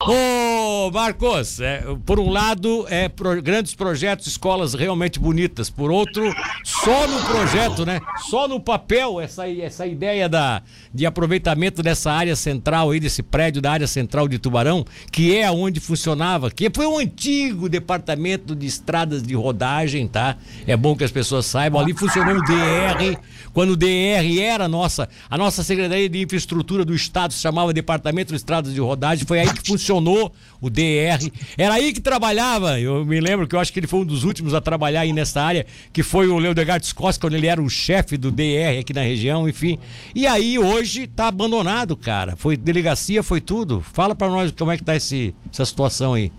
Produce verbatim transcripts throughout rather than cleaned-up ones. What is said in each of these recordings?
Ô, Marcos, é, por um lado, é, pro, grandes projetos, escolas realmente bonitas. Por outro, só no projeto, né? Só no papel, essa, essa ideia da, de aproveitamento dessa área central aí, desse prédio da área central de Tubarão, que é onde funcionava, que foi um antigo departamento de estradas de rodagem, tá? É bom que as pessoas saibam. Ali funcionou o D R, quando o D R era a nossa, a nossa Secretaria de Infraestrutura do Estado, se chamava Departamento de Estradas de Rodagem, foi aí que funcionou o D R. Era aí que trabalhava, eu me lembro que eu acho que ele foi um dos últimos a trabalhar aí nessa área, que foi o Leodegardo Scossi, quando ele era o chefe do D R aqui na região, enfim. E aí hoje tá abandonado, cara. Foi delegacia, foi tudo. Fala pra nós como é que tá esse, essa situação aí.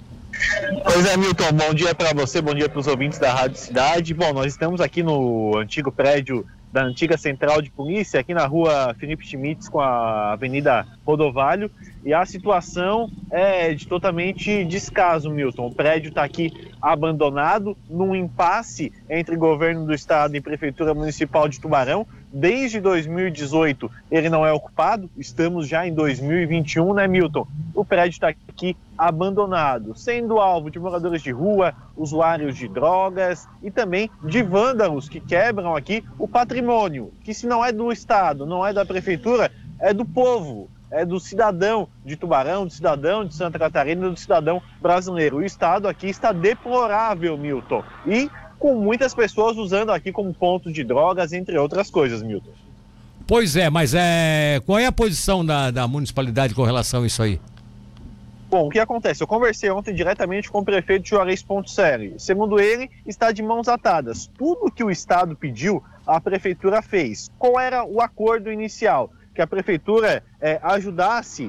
Pois é, Milton, bom dia para você, bom dia para os ouvintes da Rádio Cidade. Bom, nós estamos aqui no antigo prédio da antiga Central de Polícia, aqui na rua Felipe Schmitz com a Avenida Rodovalho, e a situação é de totalmente descaso, Milton. O prédio está aqui abandonado, num impasse entre governo do estado e Prefeitura Municipal de Tubarão. Desde dois mil e dezoito ele não é ocupado, estamos já em dois mil e vinte e um, né, Milton? O prédio está aqui abandonado, sendo alvo de moradores de rua, usuários de drogas e também de vândalos que quebram aqui o patrimônio, que se não é do estado, não é da prefeitura, é do povo, é do cidadão de Tubarão, do cidadão de Santa Catarina, do cidadão brasileiro. O estado aqui está deplorável, Milton, e com muitas pessoas usando aqui como ponto de drogas, entre outras coisas, Milton. Pois é, mas é... qual é a posição da, da municipalidade com relação a isso aí? Bom, o que acontece? Eu conversei ontem diretamente com o prefeito Juarez Ponticelli. Segundo ele, está de mãos atadas. Tudo que o estado pediu, a prefeitura fez. Qual era o acordo inicial? Que a prefeitura é, ajudasse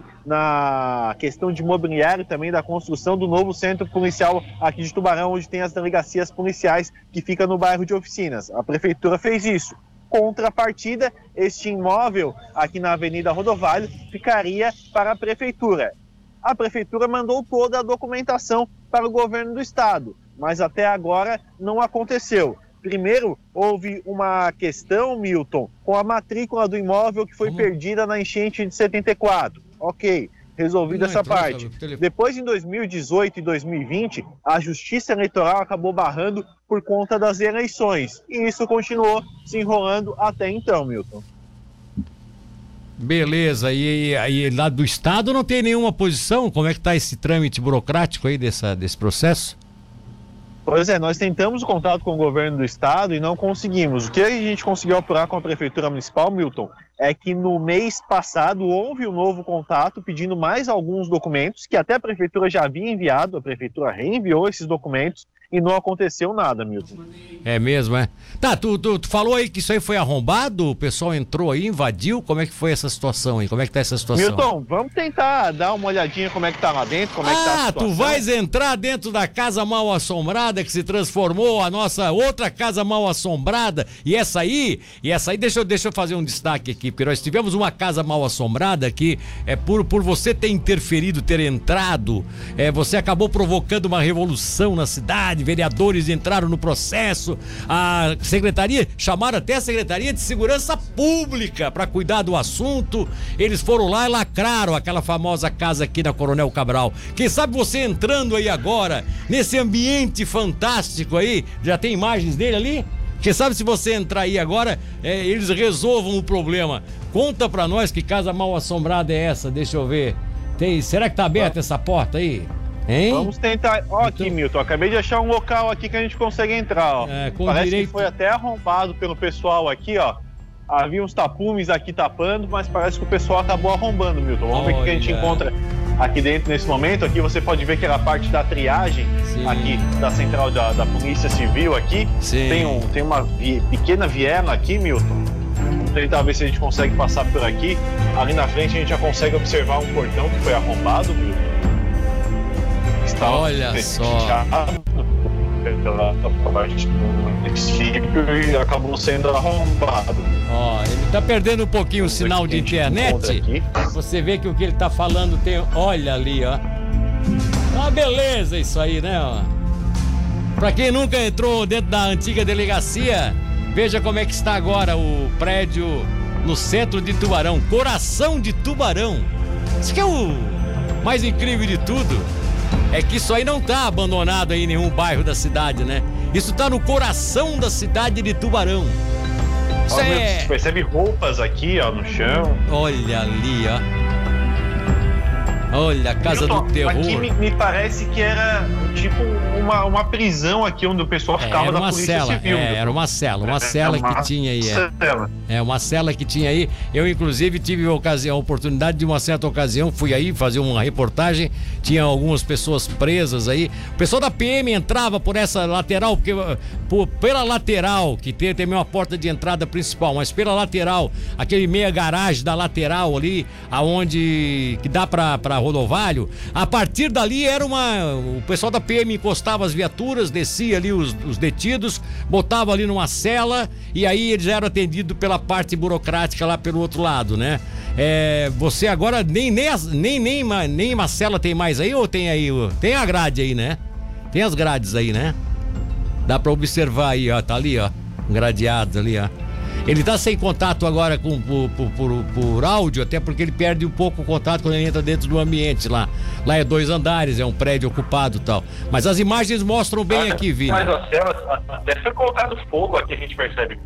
na questão de mobiliário também da construção do novo centro policial aqui de Tubarão, onde tem as delegacias policiais que fica no bairro de Oficinas. A prefeitura fez isso. Contrapartida, este imóvel aqui na Avenida Rodovalho ficaria para a prefeitura. A prefeitura mandou toda a documentação para o governo do estado, mas até agora não aconteceu. Primeiro, houve uma questão, Milton, com a matrícula do imóvel que foi uhum. perdida na enchente de setenta e quatro. Ok, resolvida essa entrou, parte. Sabe, Depois, em dois mil e dezoito e dois mil e vinte, a Justiça Eleitoral acabou barrando por conta das eleições. E isso continuou se enrolando até então, Milton. Beleza, e aí lá do estado não tem nenhuma posição? Como é que está esse trâmite burocrático aí dessa, desse processo? Pois é, nós tentamos o contato com o governo do estado e não conseguimos. O que a gente conseguiu apurar com a Prefeitura Municipal, Milton, é que no mês passado houve um novo contato pedindo mais alguns documentos, que até a Prefeitura já havia enviado, a Prefeitura reenviou esses documentos e não aconteceu nada, Milton. É mesmo, é? Tá, tu, tu, tu falou aí que isso aí foi arrombado, o pessoal entrou aí, invadiu, como é que foi essa situação aí? Como é que tá essa situação? Milton, vamos tentar dar uma olhadinha como é que tá lá dentro, como ah, é que tá a situação. Tu vais entrar dentro da casa mal assombrada que se transformou a nossa outra casa mal assombrada, e essa aí, e essa aí, deixa eu, deixa eu fazer um destaque aqui, porque nós tivemos uma casa mal assombrada que é por, por você ter interferido, ter entrado, é, você acabou provocando uma revolução na cidade, vereadores entraram no processo, a secretaria, chamaram até a Secretaria de Segurança Pública para cuidar do assunto, eles foram lá e lacraram aquela famosa casa aqui na Coronel Cabral. Quem sabe você entrando aí agora, nesse ambiente fantástico aí, já tem imagens dele ali? Quem sabe se você entrar aí agora, é, eles resolvam o problema. Conta pra nós que casa mal assombrada é essa, deixa eu ver. Tem, será que tá aberta essa porta aí? Hein? Vamos tentar. Ó, então... aqui, Milton, acabei de achar um local aqui que a gente consegue entrar, ó. É, Parece direito... que foi até arrombado pelo pessoal aqui, ó. Havia uns tapumes aqui tapando, mas parece que o pessoal acabou arrombando, Milton. Vamos Olha. ver o que a gente encontra aqui dentro nesse momento. Aqui você pode ver que era a parte da triagem, Sim. aqui da central da, da Polícia Civil aqui. Sim. Tem, um, tem uma vi... pequena viela aqui, Milton. Vamos tentar ver se a gente consegue passar por aqui. Ali na frente a gente já consegue observar um portão que foi arrombado, Milton. Está Olha só. Pela parte do município e acabou sendo arrombado. Ó, ele tá perdendo um pouquinho o sinal de internet. Você vê que o que ele tá falando tem. Olha ali, ó. Uma beleza isso aí, né? Ó. Pra quem nunca entrou dentro da antiga delegacia, veja como é que está agora o prédio no centro de Tubarão, coração de Tubarão. Isso que é o. mais incrível de tudo é que isso aí não tá abandonado aí em nenhum bairro da cidade, né? Isso tá no coração da cidade de Tubarão. Isso Ó, é... Você percebe roupas aqui, ó, no chão. Olha ali, ó. Olha, a Casa Milton, do Terror. Aqui me, me parece que era tipo uma, uma prisão aqui onde o pessoal ficava é, da uma Polícia cela, Civil. é, era uma cela, uma é, cela é uma que tinha aí. É. Cela. é, uma cela que tinha aí. Eu, inclusive, tive a ocasião, a oportunidade de uma certa ocasião, fui aí fazer uma reportagem, tinha algumas pessoas presas aí. O pessoal da P M entrava por essa lateral, porque por, pela lateral, que tem também uma porta de entrada principal, mas pela lateral, aquele meia garagem da lateral ali, aonde que dá pra, pra Rodovalho, a partir dali era uma... O pessoal da P M encostava as viaturas, descia ali os, os detidos, botava ali numa cela e aí eles eram atendidos pela parte burocrática lá pelo outro lado, né? É, você agora nem, nem, as, nem, nem, uma, nem uma cela tem mais aí ou tem aí? Tem a grade aí, né? Tem as grades aí, né? Dá pra observar aí, ó, tá ali, ó, gradeado ali, ó. Ele tá sem contato agora com, por, por, por, por áudio, até porque ele perde um pouco o contato quando ele entra dentro do ambiente lá. Lá é dois andares, é um prédio ocupado e tal. Mas as imagens mostram bem Mas, aqui, Vini. Mas a cela, deve ser colocado fogo aqui, a gente percebe.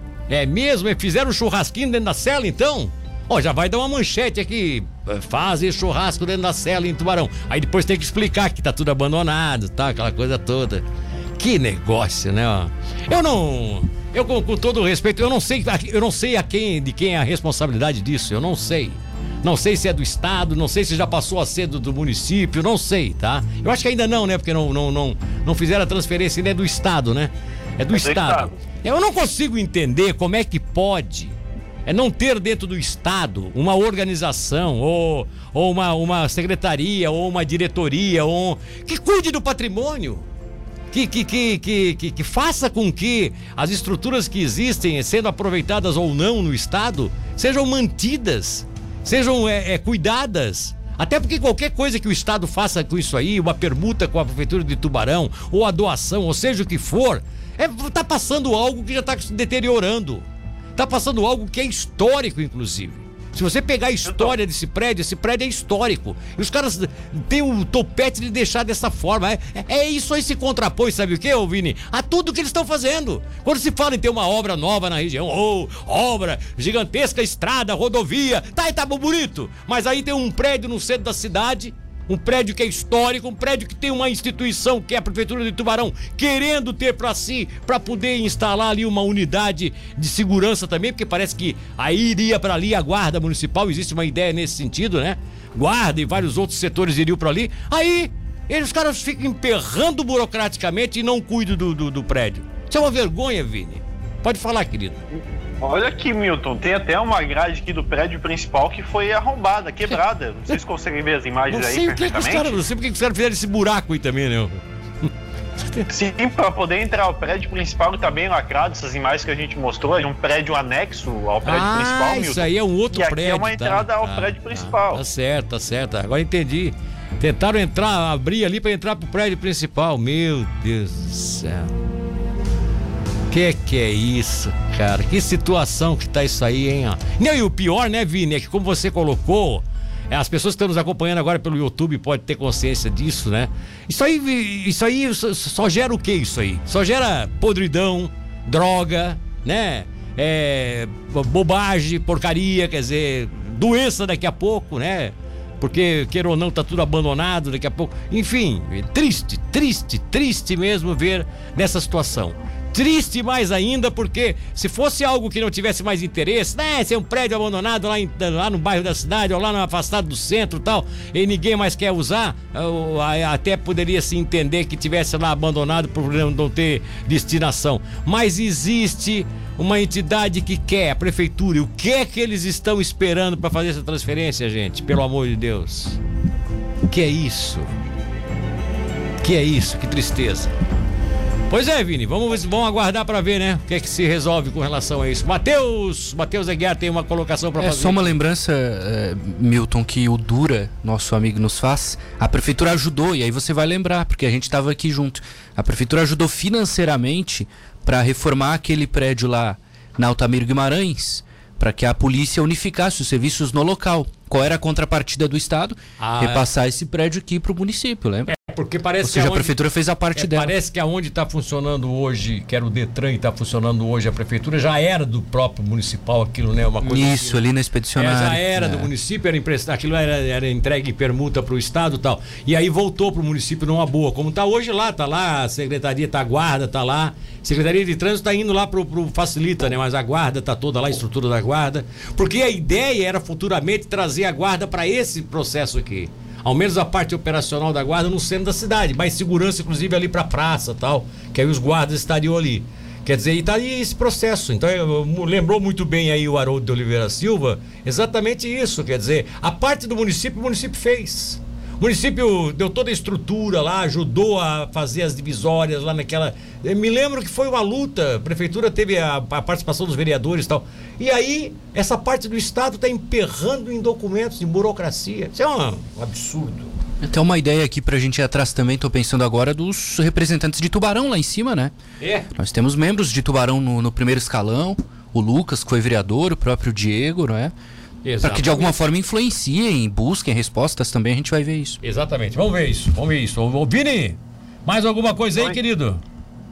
É mesmo? Fizeram um churrasquinho dentro da cela, então? Ó, já vai dar uma manchete aqui. Fazem churrasco dentro da cela em Tubarão. Aí depois tem que explicar que tá tudo abandonado, tá? Aquela coisa toda. Que negócio, né? Ó. Eu não... Eu, com, com todo o respeito, eu não sei, eu não sei a quem, de quem é a responsabilidade disso, eu não sei. Não sei se é do estado, não sei se já passou a ser do, do município, não sei, tá? Eu acho que ainda não, né? Porque não, não, não, não fizeram a transferência, ainda é do estado, né? É do, é do estado. estado. Eu não consigo entender como é que pode é não ter dentro do estado uma organização ou, ou uma, uma secretaria ou uma diretoria ou, que cuide do patrimônio. Que, que, que, que, que, que faça com que as estruturas que existem, sendo aproveitadas ou não no estado, sejam mantidas, sejam é, é, cuidadas. Até porque qualquer coisa que o estado faça com isso aí, uma permuta com a prefeitura de Tubarão, ou a doação, ou seja o que for, é, tá passando algo que já está se deteriorando. Tá passando algo que é histórico, inclusive. Se você pegar a história desse prédio, esse prédio é histórico. E os caras têm o topete de deixar dessa forma. É, é isso aí se contrapõe, sabe o que, ô Vini? A tudo que eles estão fazendo. Quando se fala em ter uma obra nova na região, ou oh, obra, gigantesca estrada, rodovia, tá e tá bonito. Mas aí tem um prédio no centro da cidade, um prédio que é histórico, um prédio que tem uma instituição que é a Prefeitura de Tubarão, querendo ter para si, para poder instalar ali uma unidade de segurança também, porque parece que aí iria para ali a guarda municipal, existe uma ideia nesse sentido, né? Guarda e vários outros setores iriam para ali. Aí, eles, os caras ficam emperrando burocraticamente e não cuidam do, do, do prédio. Isso é uma vergonha, Vini. Pode falar, querido. Olha aqui, Milton, tem até uma grade aqui do prédio principal que foi arrombada, quebrada. Não sei se conseguem ver as imagens não aí sei perfeitamente. O que que os caras, não sei porque os caras fizeram esse buraco aí também, né? Sim, para poder entrar o prédio principal, que tá bem lacrado, essas imagens que a gente mostrou, é um prédio anexo ao prédio ah, principal, Milton. Isso aí é um outro e prédio. Aqui é uma entrada tá, ao tá, prédio tá, principal. Tá certo, tá certo. Agora entendi. Tentaram entrar, abrir ali para entrar pro prédio principal. Meu Deus do céu. Que que é isso, cara? Que situação que tá isso aí, hein? Não, e o pior, né, Vini, é que como você colocou, é, as pessoas que estão nos acompanhando agora pelo YouTube podem ter consciência disso, né? Isso aí, isso aí só, só gera o que isso aí? Só gera podridão, droga, né? É, bobagem, porcaria, quer dizer, doença daqui a pouco, né? Porque, queira ou não, tá tudo abandonado daqui a pouco. Enfim, triste, triste, triste mesmo ver nessa situação. Triste mais ainda porque se fosse algo que não tivesse mais interesse, né, se é um prédio abandonado lá, em, lá no bairro da cidade ou lá no afastado do centro e tal, e ninguém mais quer usar, até poderia se entender que tivesse lá abandonado por não ter destinação. Mas existe uma entidade que quer, a prefeitura, e o que é que eles estão esperando para fazer essa transferência, gente? Pelo amor de Deus. O que é isso? O que é isso? Que tristeza. Pois é, Vini, vamos, vamos aguardar para ver, né? O que é que se resolve com relação a isso. Matheus, Matheus Aguiar tem uma colocação para é, fazer. É só uma lembrança, uh, Milton, que o Dura, nosso amigo, nos faz. A prefeitura ajudou, e aí você vai lembrar, porque a gente estava aqui junto. A prefeitura ajudou financeiramente para reformar aquele prédio lá na Altamiro Guimarães, para que a polícia unificasse os serviços no local. qual era a contrapartida do Estado? Ah, repassar esse prédio aqui para o município, lembra? É, porque parece Ou seja, que a aonde, prefeitura fez a parte é, dela. Parece que aonde está funcionando hoje, que era o Detran e está funcionando hoje a prefeitura, já era do próprio municipal aquilo, né? Uma coisa Isso, assim, ali na é, expedicionária. já era é. do município, era emprestado, aquilo era, era entregue em permuta para o Estado e tal. E aí voltou para o município numa boa. Como está hoje lá, tá lá, a secretaria, tá a guarda, tá lá. Secretaria de Trânsito está indo lá pro, pro Facilita, né? Mas a guarda tá toda lá, a estrutura da guarda. Porque a ideia era futuramente trazer a guarda para esse processo aqui. Ao menos a parte operacional da guarda no centro da cidade. Mais segurança, inclusive, ali pra praça e tal. Que aí os guardas estariam ali. Quer dizer, e tá aí esse processo. Então, eu, lembrou muito bem aí o Haroldo de Oliveira Silva, exatamente isso. Quer dizer, a parte do município, o município fez. O município deu toda a estrutura lá, ajudou a fazer as divisórias lá naquela... Eu me lembro que foi uma luta, a prefeitura teve a, a participação dos vereadores e tal. E aí, essa parte do Estado está emperrando em documentos, em burocracia. Isso é um, um absurdo. Tem uma ideia aqui pra gente ir atrás também, tô pensando agora dos representantes de Tubarão lá em cima, né? É. Nós temos membros de Tubarão no, no primeiro escalão, o Lucas, que foi vereador, o próprio Diego, não é? Para que de alguma forma influenciem, busquem respostas também, a gente vai ver isso. Exatamente, vamos ver isso, vamos ver isso. Ô, Vini, mais alguma coisa aí, Oi. querido?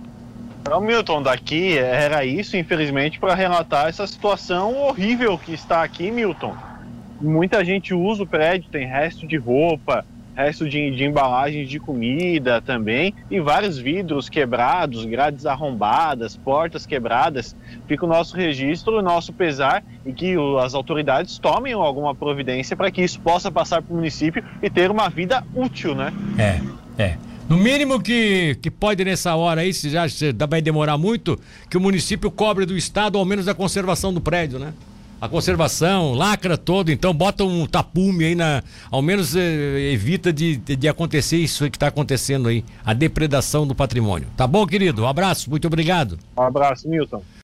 Então, Milton, daqui era isso, infelizmente, para relatar essa situação horrível que está aqui, Milton. Muita gente usa o prédio, tem resto de roupa, resto de, de embalagens de comida também, e vários vidros quebrados, grades arrombadas, portas quebradas. Fica o nosso registro, o nosso pesar, e que o, as autoridades tomem alguma providência para que isso possa passar para o município e ter uma vida útil, né? É, é. No mínimo que, que pode nessa hora aí, se já se vai demorar muito, que o município cobre do Estado ao menos a conservação do prédio, né? A conservação, lacra todo, então bota um tapume aí na... Ao menos eh, evita de, de, de acontecer isso que está acontecendo aí, a depredação do patrimônio. Tá bom, querido? Um abraço, muito obrigado. Um abraço, Milton.